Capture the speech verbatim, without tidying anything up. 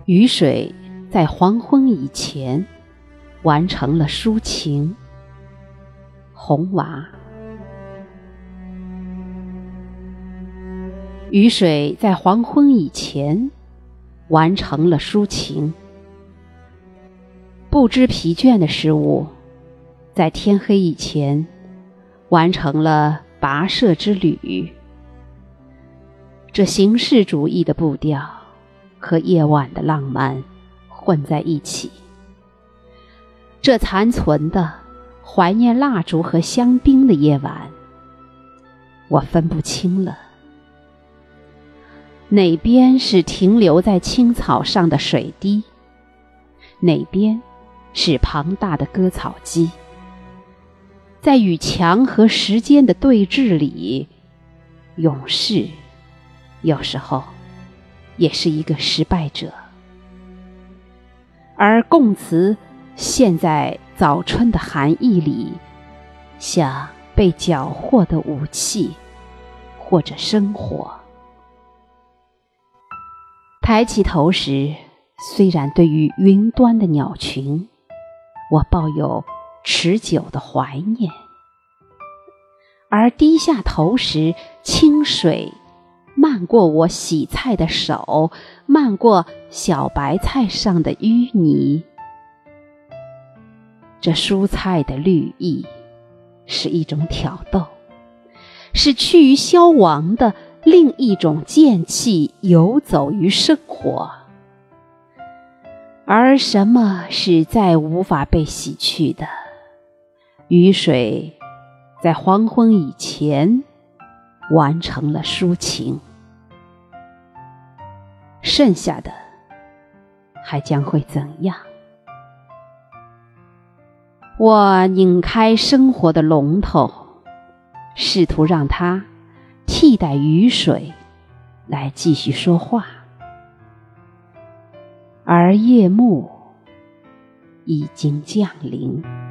雨水在黄昏以前完成了抒情。红娃。雨水在黄昏以前完成了抒情。不知疲倦的事物在天黑以前完成了跋涉之旅。这形式主义的步调和夜晚的浪漫混在一起，这残存的怀念蜡烛和香槟的夜晚，我分不清了，哪边是停留在青草上的水滴，哪边是庞大的割草机。在与墙和时间的对峙里，勇士有时候也是一个失败者，而供词陷在早春的寒意里，像被缴获的武器或者生活。抬起头时，虽然对于云端的鸟群我抱有持久的怀念，而低下头时，清水漫过我洗菜的手，漫过小白菜上的淤泥。这蔬菜的绿意是一种挑逗，是趋于消亡的另一种剑气游走于生活。而什么是再无法被洗去的？雨水在黄昏以前完成了抒情，剩下的还将会怎样？我拧开生活的龙头，试图让它替代雨水来继续说话，而夜幕已经降临。